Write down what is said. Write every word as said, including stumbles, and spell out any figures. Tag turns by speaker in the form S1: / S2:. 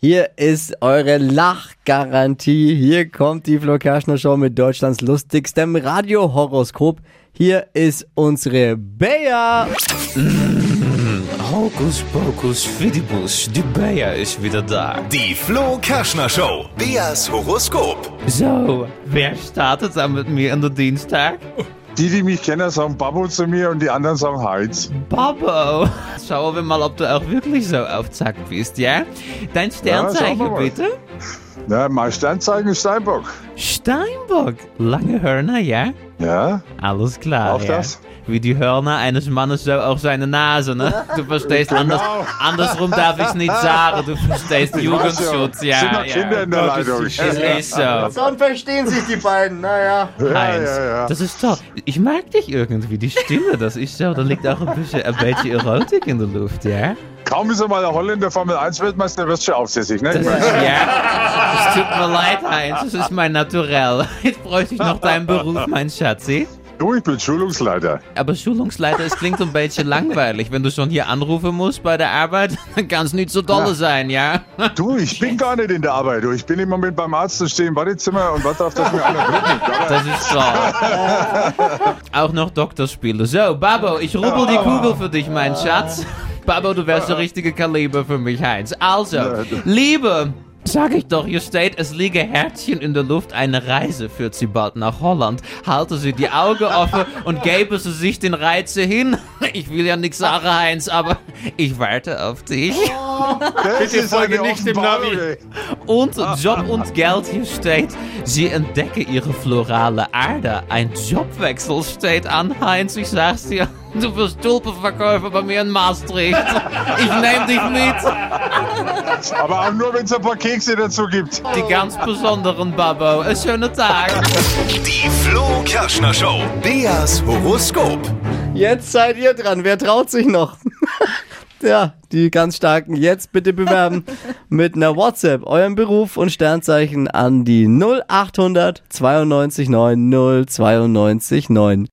S1: Hier ist eure Lachgarantie. Hier kommt die Flo Kerschner Show mit Deutschlands lustigstem Radiohoroskop. Hier ist unsere Bea.
S2: Hokus Pokus Fidibus, die Bea ist wieder da.
S3: Die Flo Kerschner Show, Beas Horoskop.
S2: So, wer startet dann mit mir an der Dienstag?
S4: Die, die mich kennen, sagen Babbo zu mir und die anderen sagen Heinz.
S2: Babbo. Schauen wir mal, ob du auch wirklich so auf Zack bist, ja? Dein Sternzeichen,
S4: Ja,
S2: bitte?
S4: Na, mein Sternzeichen ist Steinbock.
S2: Steinbock. Lange Hörner, ja?
S4: Ja,
S2: Alles klar,
S4: auf
S2: ja.
S4: das.
S2: Wie die Hörner eines Mannes, so auch seine Nase, ne? Du verstehst, anders, andersrum darf ich es nicht sagen. Du verstehst Jugendschutz, ja.
S4: Sind noch
S2: ja.
S4: Kinder in der Leitung.
S2: Es ist so.
S1: Sonst verstehen sich die beiden, naja.
S2: Heinz,
S4: ja, ja.
S2: das ist toll. Ich mag dich irgendwie, die Stimme, das ist so, da liegt auch ein bisschen, ein bisschen Erotik in der Luft, ja?
S4: Kaum ist er mal der Holländer Formel eins Weltmeister, wirst du schon aufsässig, ne?
S2: Das ist, ja, es tut mir leid, Heinz, das ist mein Naturell. Jetzt bräuchte ich noch deinen Beruf, mein Schatzi.
S4: Du, ich bin Schulungsleiter.
S2: Aber Schulungsleiter, es klingt ein bisschen langweilig. Wenn du schon hier anrufen musst bei der Arbeit, dann kann es nicht so dolle
S4: Ja.
S2: sein, ja?
S4: Du, ich bin gar nicht in der Arbeit. Du, ich bin im Moment beim Arzt und stehe im Wartezimmer und warte auf, dass mir einer Blut nimmt.
S2: Das ist toll. Auch noch Doktorspiele. So, Babbo, ich rubbel die Kugel für dich, mein Schatz. Babbo, du wärst der richtige Kaliber für mich, Heinz. Also, Liebe, sag ich doch, hier steht, es liege Herzchen in der Luft, eine Reise führt sie bald nach Holland. Halte sie die Augen offen und gebe sie sich den Reize hin. Ich will ja nichts sagen, Heinz, aber ich warte auf dich.
S4: Bitte folge nicht dem Navi.
S2: Und Job und Geld, hier steht, sie entdecke ihre florale Aarde. Ein Jobwechsel steht an, Heinz, ich sag's dir. Du wirst Tulpenverkäufer bei mir in Maastricht. Ich nehm dich mit.
S4: Aber auch nur, wenn es ein paar Kekse dazu gibt.
S2: Die ganz besonderen, Babbo. Einen schönen Tag.
S3: Die Flo Kerschner Show, Beas Horoskop.
S1: Jetzt seid ihr dran. Wer traut sich noch? Ja, die ganz Starken jetzt bitte bewerben mit einer WhatsApp, euren Beruf und Sternzeichen an die null acht hundert zweiundneunzig neun null zweiundneunzig neun.